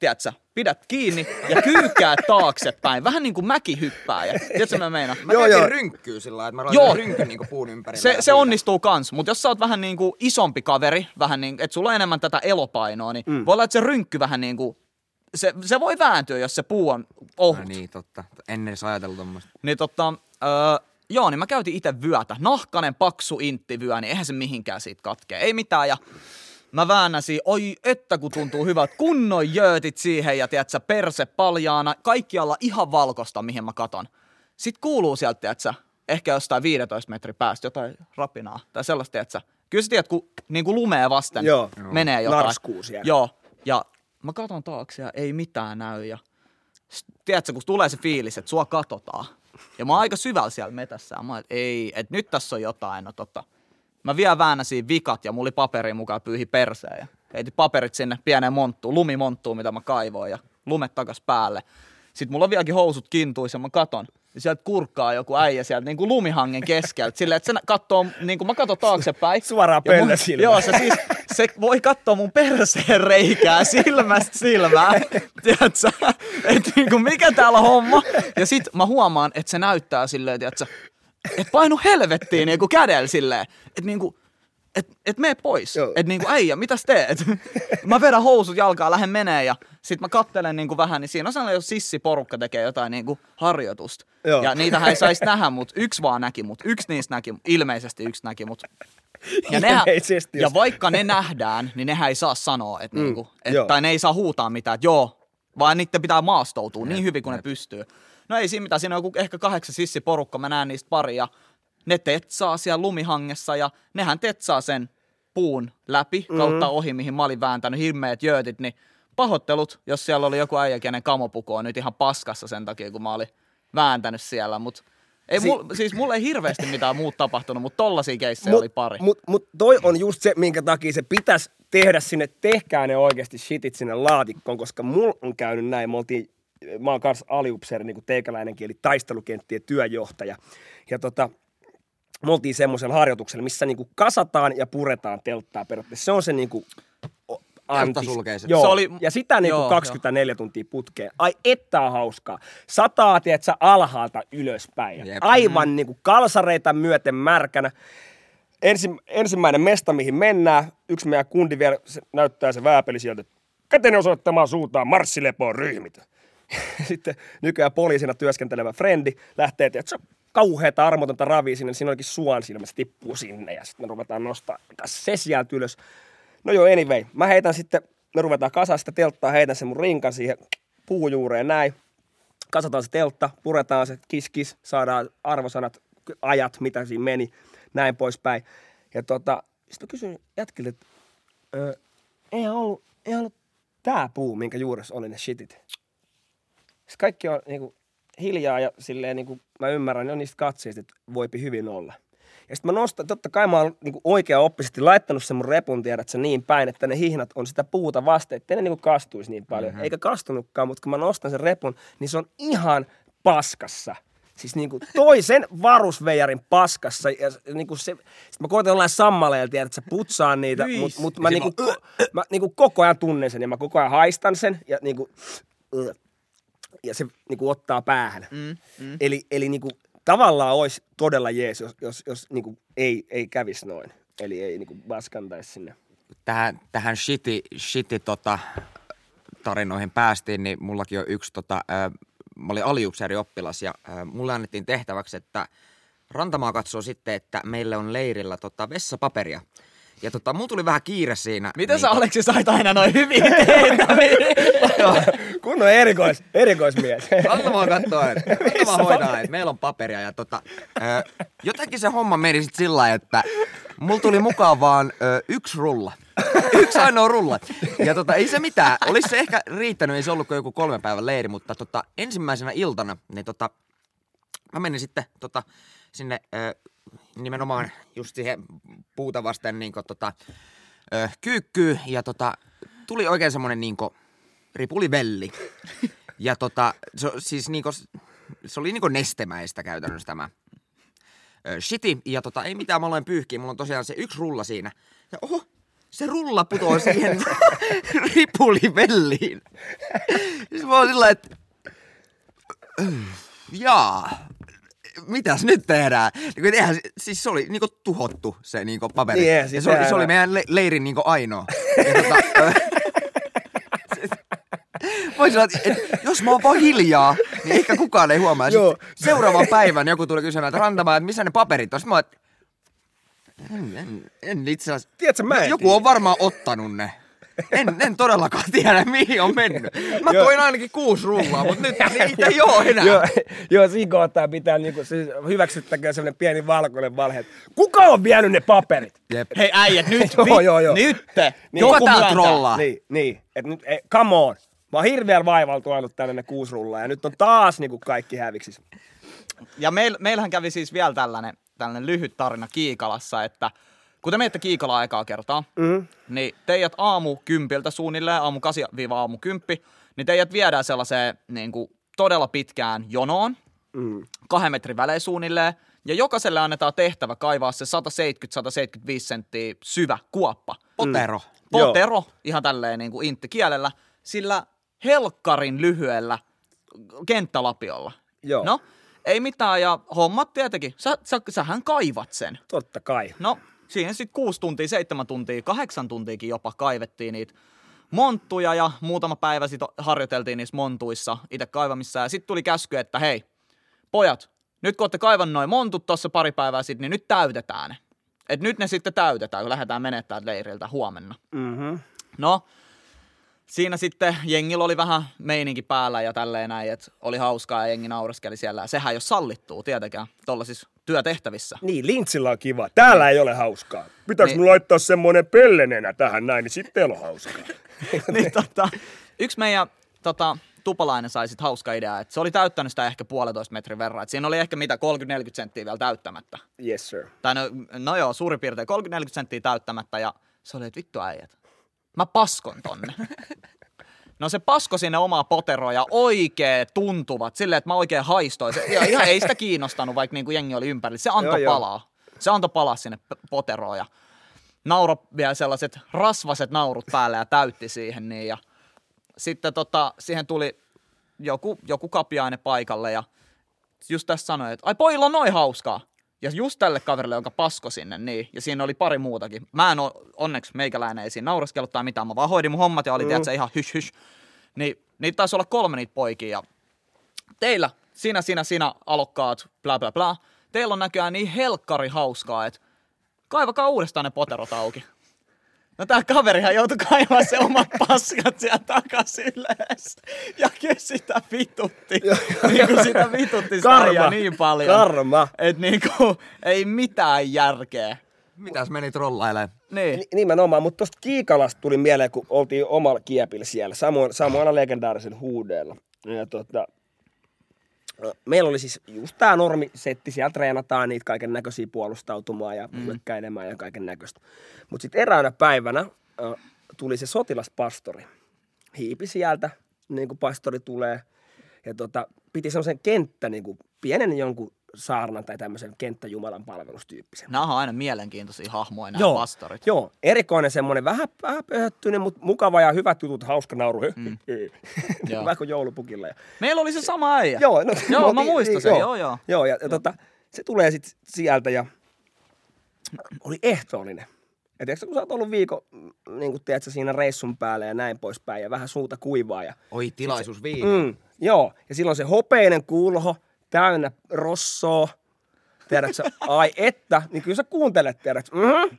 tiedätkö, pidät kiinni ja kyykää taaksepäin. Vähän niin kuin mäkihyppääjä. Tiedätkö mä meinaan?
Mä käytin rynkkyä sillä lailla, että mä roisin rynkyn niinku puun ympärillä.
Se onnistuu kans, mutta jos sä oot vähän niinku isompi kaveri, vähän niin, että sulla on enemmän tätä elopainoa, niin voi olla, että se rynkky vähän niinku, se voi vääntyä, jos se puu on ohut.
Niin, totta. En edes ajatellut tommoista.
Niin joo, niin mä käytin itse vyötä. Nahkanen, paksu inttivyö, niin eihän se mihinkään siitä katkee. Ei mitään, ja mä väännäsin, oi että kun tuntuu hyvältä, kunnon jöötit siihen ja tiedätkö, perse paljaana, kaikkialla ihan valkosta, mihin mä katon. Sitten kuuluu sieltä, tiedätkö, ehkä jostain 15 metrin päästä jotain rapinaa tai sellaista, tiedätkö. Kyllä sä tiedät, kun niin kuin lumea vasten menee jotain.
Narskuu siellä.
Joo, ja mä katon taakse ja ei mitään näy ja tiedätkö, kun tulee se fiilis, että sua katsotaan. Ja mä oon aika syvällä siellä metässä ja mä oon, että ei, että nyt tässä on jotain, no totta. Mä vielä väännäsin vikat ja mulla oli paperi mukaan pyyhi perseen ja heitin paperit sinne pieneen monttuun, lumimonttuun, mitä mä kaivoin ja lumet takas päälle. Sitten mulla on vieläkin housut kintuissa ja mä katon. Ja sieltä kurkkaa joku äijä sieltä niin kuin lumihangen keskeltä. Silleen, että se katsoo, niin kuin mä katon taaksepäin.
Suoraan pelle silmään.
Joo, se voi katsoa mun perseen reikää silmästä silmään. Tiedätkö? Että niin kuin mikä täällä on homma. Ja sit mä huomaan, että se näyttää silleen, tiedätkö? Että painu helvettiin niin kuin kädellä silleen. Että niin kuin, et mene pois. Että niinku äijä, mitäs teet? Mä vedän housut jalkaa, lähden menee ja sit mä kattelen niinku vähän, niin siinä on sellainen, jos sissiporukka tekee jotain niinku harjoitusta. Joo. Ja niitähän ei saisi nähdä, mutta yksi vaan näki mut. Yksi niistä näki, ilmeisesti yksi näki mut. Ja vaikka ne nähdään, niin nehän ei saa sanoa, että niinku, tai ne ei saa huutaa mitään, että joo, vaan niiden pitää maastoutua niin hyvin kuin ne pystyy. No ei siinä mitään, siinä on joku ehkä 8 sissiporukka, mä näen niistä pari ja ne tetsaa siellä lumihangessa ja nehän tetsaa sen puun läpi kautta ohi, mihin mä olin vääntänyt hirmeät jöötit, niin pahoittelut, jos siellä oli joku äijä, kenen kamopuku on nyt ihan paskassa sen takia, kun mä olin vääntänyt siellä, mutta siis mulla ei hirveästi mitään muuta tapahtunut, mutta tollaisia keissejä oli pari.
Mut toi on just se, minkä takia se pitäisi tehdä sinne, tehkää ne oikeasti shitit sinne laatikkoon, koska mulla on käynyt näin, mä oon kanssa aliupseeri, niin kuin teikäläinenkin, eli taistelukenttien työjohtaja, ja me oltiin semmoisella harjoituksella, missä niinku kasataan ja puretaan telttaa periaatteessa. Se on se niinku
teltta sulkee sen.
Joo, ja sitä niinku 24 tuntia putkeen. Ai että on hauskaa. Sataa, tiedätkö, alhaalta ylöspäin. Jep. Aivan niinku kalsareita myöten märkänä. Ensimmäinen mesta, mihin mennään. Yksi meidän kundi vielä näyttää se vääpeli sieltä. Käteni osoittamaan suuntaan, marssilepoon ryhmitä. Sitten nykyään poliisina työskentelevä frendi lähtee, tiedätkö, kauheata armotonta ravia sinne, siinä olikin suon silmä, se tippuu sinne ja sitten me ruvetaan nostaa se sieltä ylös. No joo, anyway, mä heitän sitten, me ruvetaan kasaan sitä telttaa, heitän sen mun rinkan siihen puujuureen näin. Kasataan se teltta, puretaan se kis, saadaan arvosanat, ajat, mitä siinä meni, näin poispäin. Ja sitten mä kysyin jätkille, että eihän ollut tää puu, minkä juuressa oli ne shitit. Sitten kaikki on niinku hiljaa ja silleen niinku mä ymmärrän jo niistä katseista, että voipi hyvin olla. Ja sitten mä nostan, totta kai mä oon niinku oikeaoppisesti laittanut sen mun repun, tiedätkö, niin päin, että ne hihnat on sitä puuta vasten, ettei ne niinku kastuisi niin paljon. Eikä kastunutkaan, mutta kun mä nostan sen repun, niin se on ihan paskassa. Siis niinku toisen varusveijarin paskassa. Ja niinku se, sit mä koitan jollain sammaleella, tiedätkö, putsaan niitä, mutta mä niinku koko ajan tunnen sen ja mä koko ajan haistan sen ja niinku ja se niinku ottaa päähän. Eli niinku tavallaan olisi todella jees, jos niinku ei kävisi noin. Eli ei niinku baskantaisi sinne.
Tähän shiti tarinoihin päästiin, niin mullakin on yksi mä olin aliupseerioppilas ja mulle annettiin tehtäväksi, että Rantamaa katsoo sitten, että meille on leirillä vessapaperia. Ja mulla tuli vähän kiire siinä.
Miten sä Aleksi sait aina noin hyvin tehtäviä?
Kunnon erikoismies.
Rantamaa katsoo, että Rantamaa hoidaa, että meillä on paperia. Ja jotenkin se homma meni sitten sillä lailla, että mulla tuli mukaan vaan yksi rulla. Yksi ainoa rulla. Ja ei se mitään. Olisi se ehkä riittänyt, ei se ollut kuin joku 3 päivän leiri, mutta ensimmäisenä iltana, niin mä menin sitten sinne nimenomaan just siihen puuta vasten kyykkyyn ja tuli oikein semmonen ripulivelli. Ja se oli nestemäistä käytännössä tämä shiti ja ei mitään, mä aloin pyyhkiä, mulla on tosiaan se yksi rulla siinä. Ja oho, se rulla putoo siihen ripulivelliin. Siis mä oon sillä, että mitäs nyt tehdään? Siis se oli niinku tuhottu se niinku paperi.
Niin,
ja
siis
se oli meidän leirin niinku ainoa. Voisi sanoa, että jos mä oon vaan hiljaa, niin ehkä kukaan ei huomaa. Seuraavan päivän joku tuli kysymään, että Rantamaa, että missä ne paperit on? Sitten mä oon, en itse asiassa.
Tiedätkö,
joku on varmaan ottanut ne. En todellakaan tiedä, mihin on mennyt. Mä toin ainakin 6 rullaa, mutta nyt niitä ei oo enää.
Joo, siinä kohtaa pitää niinku, siis hyväksyttäkään semmonen pieni valkoinen valhe, että kuka on vienyt ne paperit?
Jep.
Hei äijät, nyt!
Joo.
Nyt!
Kuka tää trollaa?
Niin. Et nyt, come on. Mä oon hirveän vaivalla tuonut tänne ne 6 rullaa ja nyt on taas niinku kaikki häviksis.
Ja meillähän kävi siis vielä tällainen lyhyt tarina Kiikalassa, että kun te menette Kiikalaan ekaa kertaa, niin teidät aamu 10 suunnilleen, aamu 8-aamu 10, niin teidät viedään sellaiseen niin kuin todella pitkään jonoon, 2 metrin välein suunnilleen, ja jokaiselle annetaan tehtävä kaivaa se 170-175 senttiä syvä kuoppa. Potero, ihan tälleen niin kuin intti-kielellä, sillä helkkarin lyhyellä kenttälapiolla.
Joo.
No, ei mitään, ja hommat tietenkin. Sähän kaivat sen.
Totta kai.
No, siihen sitten 6 tuntia, 7 tuntia, 8 tuntiakin jopa kaivettiin niitä monttuja, ja muutama päivä sitten harjoiteltiin niissä montuissa itse kaivamissa, ja sitten tuli käsky, että hei, pojat, nyt kun olette kaivannut noin montut tuossa pari päivää sitten, niin nyt täytetään ne. Et nyt ne sitten täytetään, kun lähdetään menettämään leiriltä huomenna. No, siinä sitten jengillä oli vähän meininki päällä ja tälleen näin, että oli hauskaa ja jengi naureskeli siellä. Ja sehän ei ole sallittua tietenkään tuollaisissa työtehtävissä.
Niin, lintsillä on kiva. Täällä ei ole hauskaa. Pitääkö
niin,
mun laittaa semmonen pellenenä tähän näin, niin sitten ei ole hauskaa.
niin, yksi meidän tupalainen sai sit hauska idea, että se oli täyttänyt sitä ehkä 1,5 metrin verran. Että siinä oli ehkä 30-40 senttiä vielä täyttämättä.
Yes, sir.
Tai no joo, suurin piirtein 30-40 senttiä täyttämättä ja se oli, että vittu äijät. Mä paskon tonne. No se pasko sinne omaa poteroa ja oikein tuntuvat silleen, että mä oikein haistoin. Ja ihan ei sitä kiinnostanut, vaikka niin kuin jengi oli ympärillä. Se antoi palaa. Se antoi palaa sinne poteroon ja nauro vielä sellaiset rasvaset naurut päälle ja täytti siihen. Niin. Ja sitten siihen tuli joku kapiainen paikalle ja just tässä sanoi, että ai pojilla on noin hauskaa. Ja just tälle kaverille, jonka pasko sinne, niin, ja siinä oli pari muutakin. Mä en onneksi meikäläinen ei siinä naureskellut tai mitään, mä vaan hoidin mun hommat ja oli tiedätkö, ihan hysh. Niin niitä taisi olla 3 niitä poikia ja teillä, sinä alokkaat, bla bla bla, teillä on näköjään niin helkkari hauskaa, että kaivakaa uudestaan ne poterot auki. No tää kaverihan joutui kaivamaan se omat paskat sieltä takaisin ylös. Ja kyllä sitä vitutti. Niin kuin sitä vitutti sitä niin paljon.
Karma.
Että niinku ei mitään järkeä.
Mitäs meni trollailemaan?
Niin.
Nimenomaan, mutta tosta Kiikalasta tuli mieleen, kun oltiin omalla kiepillä siellä. Samoilla legendaarisen huudeella. Ja meillä oli siis just tää normisetti, siellä treenataan niitä kaiken näköisiä puolustautumaan ja hyökkäilemään ja kaiken näköistä. Mutta sitten eräänä päivänä tuli se sotilaspastori. Hiipi sieltä, niin kuin pastori tulee. Ja piti semmoisen niin kuin pienen jonkun saarnan tai tämmöisen kenttäjumalan palvelustyyppisen.
Nämä on aina mielenkiintoisia hahmoja, nämä pastorit.
Joo, erikoinen semmoinen, vähän pöhöttyinen, mutta mukava ja hyvät jutut, hauska nauru. Vähän kuin joulupukilla.
Meillä oli se sama äijä.
Joo,
mä muistan sen, joo.
Joo, ja se tulee sitten sieltä ja oli ehtoollinen. Ja tiedätkö, kun sä oot ollut viikon, niin kuin tiedätkö, siinä reissun päällä ja näin poispäin ja vähän suuta kuivaa. Ja
oi, tilaisuus viina.
Joo, ja silloin se hopeinen kulho, täynnä rossoa, tiedätkö, ai että, niin kyllä sä kuuntelet, tiedätkö,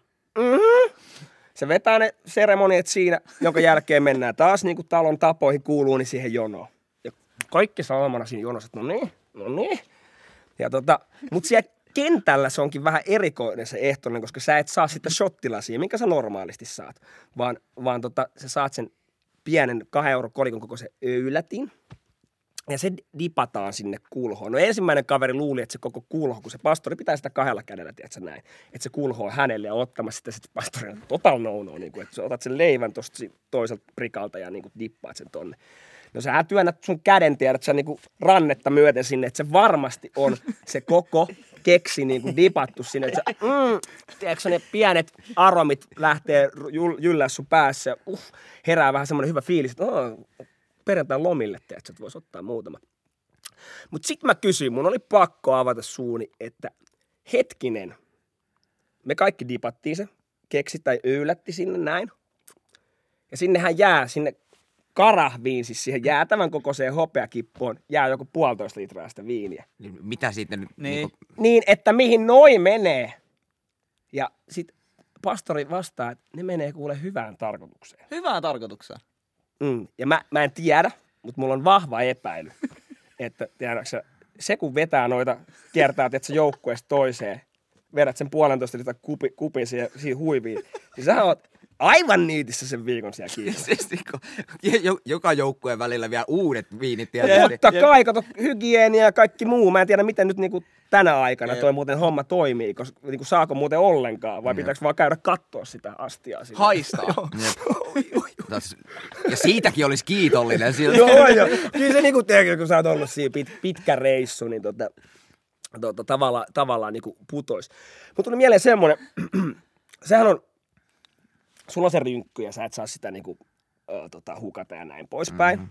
Se vetää ne seremoniat siinä, jonka jälkeen mennään taas niin kuin talon tapoihin kuuluu, niin siihen jonoon. Ja kaikki saamana siinä jonossa, että no niin. Ja mutta siellä kentällä se onkin vähän erikoinen se ehtoinen, koska sä et saa sitä shottilasia, minkä sä normaalisti saat, vaan sä saat sen pienen 2 € kolikon kokoisen öylätin. Ja se dipataan sinne kulhoon. No ensimmäinen kaveri luuli, että se koko kulho, kun se pastori pitää sitä 2 kädellä, tiedätkö näin, että se kulho on hänelle ja ottamassa sitä sitten pastorin total no-no, niin kuin, että sä otat sen leivän tuosta toiselta prikalta ja niin kuin dippaat sen tonne. No sä työnnät sun käden, tiedät sä niinku rannetta myöten sinne, että se varmasti on se koko keksi niinku dipattu sinne. Että tiedätkö ne pienet aromit lähtee jyllää sun päässä ja herää vähän semmoinen hyvä fiilis, että perjantain lomille, tiedätkö, että vois ottaa muutama. Mut sit mä kysyin, mun oli pakko avata suuni, että hetkinen, me kaikki dipattiin se, keksi tai öylätti sinne näin. Ja sinnehän jää, sinne karahviin, siis siihen jäätävän kokoiseen hopeakippoon, jää joku 1,5 litraa sitä viiniä.
Mitä siitä nyt?
Niin, että mihin noi menee. Ja sit pastori vastaa, että ne menee kuule hyvään tarkoitukseen.
Hyvään tarkoitukseen.
Ja mä en tiedä, mutta mulla on vahva epäily, että tiedätkö, se kun vetää noita, kiertää tietysti joukkueesta toiseen, vedät sen 1,5 litran kupin siihen huiviin, niin sä oot aivan niitissä sen viikon siellä kiinni.
Siis joka joukkueen välillä vielä uudet viinit.
Totta kai, kato, hygienia ja kaikki muu. Mä en tiedä, miten nyt niinku tänä aikana toi muuten homma toimii, koska niinku saako muuten ollenkaan, vai pitääkö vaan käydä katsoa sitä astiaa?
Haistaa.
Ja siitäkin olisi kiitollinen.
Joo. Kyllä se niinku, kun sä oot ollut siinä pitkä reissu, niin tavallaan niinku putois. Mut tuli mieleen semmonen, sehän on, sulla on se rynkky ja sä et saa sitä niinku, hukata ja näin poispäin.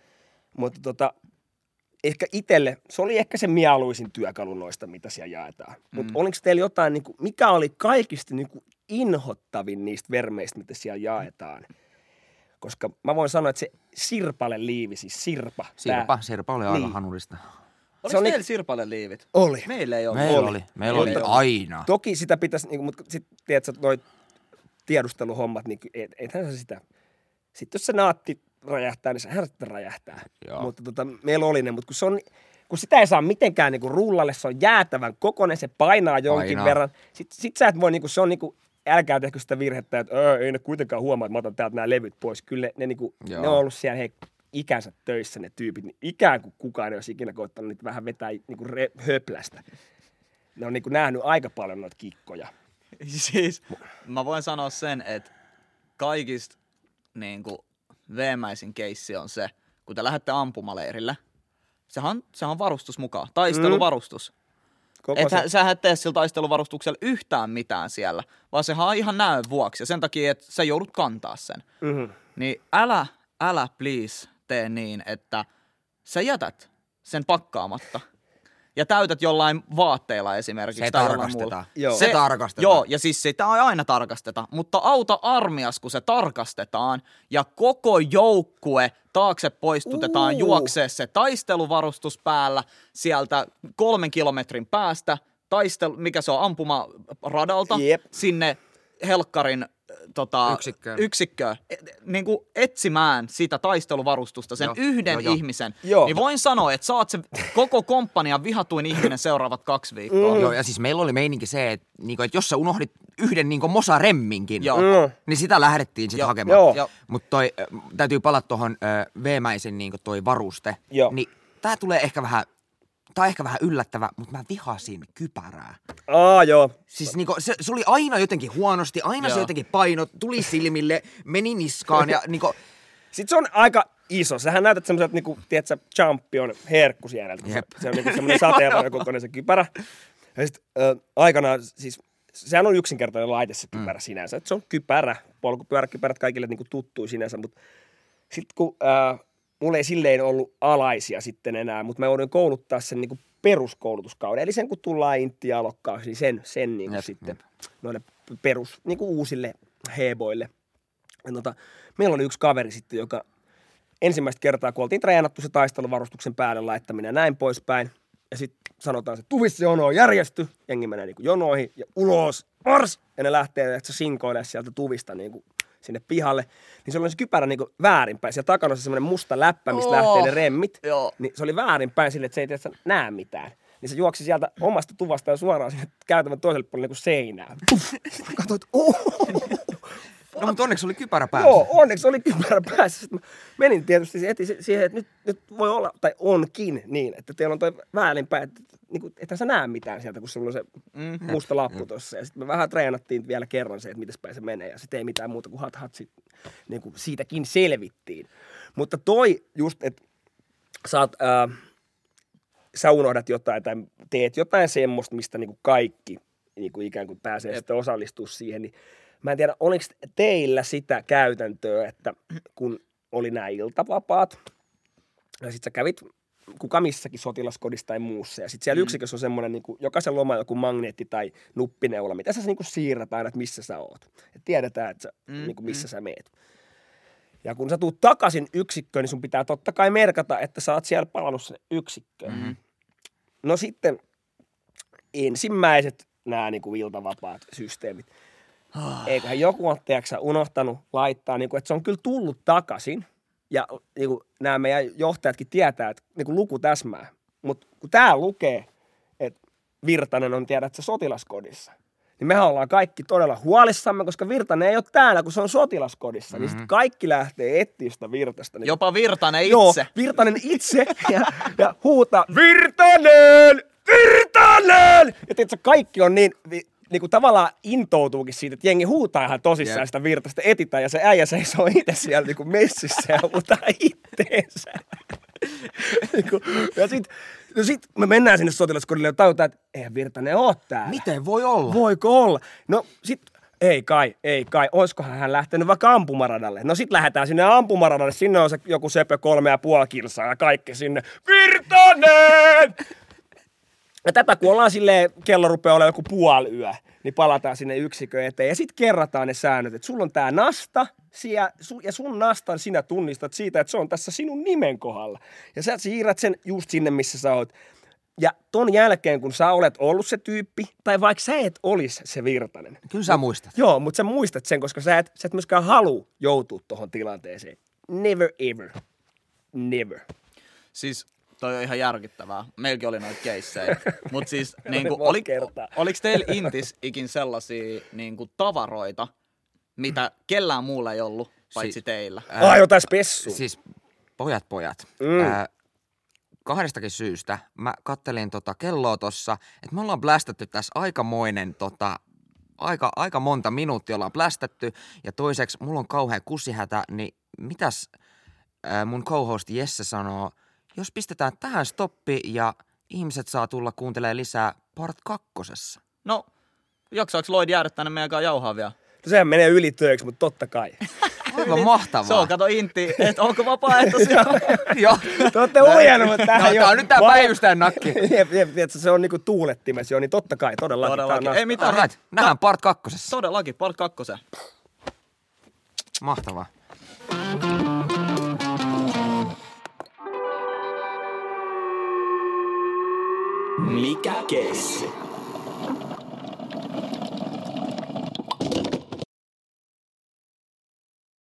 Mutta ehkä itselle, se oli ehkä se mieluisin työkalu noista, mitä siellä jaetaan. Mutta oliko teillä jotain, niinku, mikä oli kaikista niinku inhottavin niistä vermeistä, mitä siellä jaetaan? Koska mä voin sanoa, että se sirpaleliivi, siis sirpa.
Sirpa oli aivan hanurista.
Oliko teillä sirpaleliivit?
Oli.
Meillä ei ole.
Meillä oli aina.
Toki sitä pitäisi, niinku, mutta sitten tiedätkö, noi tiedusteluhommat, niin ethän se sitä. Sitten jos se naatti räjähtää, niin sehän sitten räjähtää. Joo. Mutta meillä oli ne, mutta kun sitä ei saa mitenkään niinku rullalle, se on jäätävän kokoinen, se painaa jonkin verran. Sitten sä et voi, niinku, se on niinku, älkää tehkö sitä virhettä, että ei ne kuitenkaan huomaa, että mä otan täältä nämä levyt pois. Kyllä ne on ollut siellä ikänsä töissä ne tyypit, niin ikään kuin kukaan ei olisi ikinä koittanut niitä vähän vetää niinku höplästä. Ne on niinku nähnyt aika paljon noita kikkoja.
Siis mä voin sanoa sen, että kaikista niinku veemäisin keissi on se, kun te lähdette ampumaleirille, sehän on varustus mukaan, taisteluvarustus. Sähän et tee sillä taisteluvarustuksella yhtään mitään siellä, vaan sehän on ihan näön vuoksi ja sen takia, että sä joudut kantaa sen. Niin älä please tee niin, että sä jätät sen pakkaamatta. Ja täytät jollain vaatteilla esimerkiksi.
Se tarkastetaan.
Se
tarkastetaan.
Joo, ja siis sitä ei aina tarkasteta. Mutta auta armias, kun se tarkastetaan ja koko joukkue taakse poistutetaan juoksee se taisteluvarustus päällä sieltä 3 kilometrin päästä. Mikä se on, ampumaradalta sinne helkkarin yksikköön. Niin kuin etsimään sitä taisteluvarustusta, sen yhden ihmisen. Niin voin sanoa, että saat se koko komppanian vihatuin ihminen seuraavat 2 viikkoa.
Joo, ja siis meillä oli meininki se, että jos sä unohdit yhden mosaremminkin, niin sitä lähdettiin sitten hakemaan. Mutta täytyy palata tuohon veemäisen toi varuste. Niin tää tulee ehkä vähän... Tämä on ehkä vähän yllättävä, mutta mä vihasin kypärää.
Joo.
Siis se oli aina jotenkin huonosti, aina se jotenkin paino, tuli silmille, meni niskaan ja
Sitten se on aika iso. Sähän näytät semmoiselta, tiedätkö, champion herkku siellä. Se on semmoinen sateenvarjo kokoinen se kypärä. Ja sitten aikanaan, siis sehän on yksinkertainen laite se kypärä sinänsä. Se on kypärä, polkupyöräkypärät kaikille tuttuu sinänsä, mutta sitten kun... mulla ei silleen ollut alaisia sitten enää, mutta mä joudun kouluttaa sen niinku peruskoulutuskauden. Eli sen kun tullaan intti-alokkaaksi, niin sen niinku sitten noille perus niinku uusille heboille. Ja meillä oli yksi kaveri sitten, joka ensimmäistä kertaa, kun oltiin treenattu se taisteluvarustuksen päälle laittaminen ja näin poispäin. Ja sitten sanotaan, että tuvissa jono on järjesty. Jengi menee niinku jonoihin ja ulos, mars! Ja ne lähtee sinkoilemaan sieltä tuvista niinku sinne pihalle, niin se oli se kypärä niinku väärinpäin. Siellä takana on se semmoinen musta läppä, mistä lähtee ne remmit. Niin se oli väärinpäin silleen, että se ei tiedä, näe mitään. Niin se juoksi sieltä omasta tuvasta ja suoraan sinne käytävän toiselle puolelle niinku seinään. Katsoit, fuck?
No, mutta onneksi oli kypärä päässä.
Joo, onneksi oli kypärä päässä. Sitten mä menin tietysti heti siihen, että nyt voi olla, tai onkin niin, että teillä on toi väärinpäin, että niinku, ethän sä näe mitään sieltä, kun sulla on se musta lappu tossa. Ja sitten me vähän treenattiin vielä kerran se, että miten päin se menee. Ja sitten ei mitään muuta kuin hat niinku siitäkin selvittiin. Mutta toi just, että sä unohdat jotain tai teet jotain semmoista, mistä niinku kaikki niinku ikään kuin pääsee sitten osallistumaan siihen, niin mä en tiedä, oliko teillä sitä käytäntöä, että kun oli nämä iltavapaat, ja sit sä kävit kuka missäkin sotilaskodissa tai muussa, ja sitten siellä yksikössä on semmoinen, niinku, jokaisen loma joku magneetti tai nuppineula, mitä sä niinku siirrät aina, että missä sä oot. Et tiedetään, että niinku, missä sä meet. Ja kun sä tuut takaisin yksikköön, niin sun pitää totta kai merkata, että sä oot siellä palannut sen yksikköön. No sitten ensimmäiset nämä niinku iltavapaat systeemit. Eiköhän joku ole, tiedätkö, unohtanut laittaa, niinku, että se on kyllä tullut takaisin. Ja niinku, nämä meidän johtajatkin tietää, että niinku, luku täsmää. Mutta kun tää lukee, että Virtanen on, tiedätkö, sotilaskodissa, niin mehän ollaan kaikki todella huolissamme, koska Virtanen ei ole täällä, kun se on sotilaskodissa. Niin sitten kaikki lähtee etsiä sitä Virtasta. Niin,
Jopa Virtanen itse.
Joo, Virtanen itse ja huutaa, Virtanen! Virtanen! Ja tiedätkö, kaikki on niin tavallaan intoutuukin siitä, että jengi huutaa ihan tosissaan sitä Virtasta, etitään ja se äijä seisoo itse siellä niin messissä ja huutaa itteensä. Ja sit me mennään sinne sotilaskodille ja tajutaan, että eihän Virtanen ole täällä.
Miten voi olla?
Voiko olla? No sit ei kai. Oiskohan hän lähtenyt vaikka ampumaradalle? No sit lähdetään sinne ampumaradalle. Sinne on se joku sepö 3,5 kilsaa ja kaikki sinne. Virtanen! Ja tätä kun ollaan silleen, kello rupeaa olemaan joku puoliyö, niin palataan sinne yksikön eteen. Ja sit kerrataan ne säännöt, että sulla on tää nasta, ja sun nastan sinä tunnistat siitä, että se on tässä sinun nimen kohdalla. Ja sä siirrät sen just sinne, missä sä oot. Ja ton jälkeen, kun sä olet ollut se tyyppi, tai vaikka sä et olisi se Virtanen.
Kyllä sä muistat.
Joo, mutta sä muistat sen, koska sä et myöskään halua joutua tohon tilanteeseen. Never ever. Never.
Siis toi on ihan järkyttävää. Meilläkin oli noita keissejä. Mutta siis niinku, oliko teillä Intis ikin sellaisia niinku tavaroita, mitä kellään muulla ei ollut, paitsi teillä?
Jotain spessua.
Siis pojat. Kahdestakin syystä. Mä kattelin kelloa tossa, että me ollaan blästätty tässä aikamoinen aika monta minuuttia ollaan blästätty. Ja toiseksi mulla on kauhea kussihätä, niin mitäs mun co-host Jesse sanoo, jos pistetään tähän stoppi ja ihmiset saa tulla kuuntelemaan lisää part 2.
No, jaksaako Lloyd jäädä tänne meidän kanssa jauhaa vielä?
No sehän menee yli töiksi, mutta totta kai.
Aivan mahtavaa.
Se on, kato Intti, että onko vapaaehtoisia?
Joo.
Te ootte ujanut tähän.
Tää on nyt tää päivystäjän nakki.
Se on niinku tuulettimessa jo, niin totta kai, todellakin.
Ei mitään.
Right. Nähdään part 2.
Todellakin, part 2.
Mahtavaa.
Mikä keissi?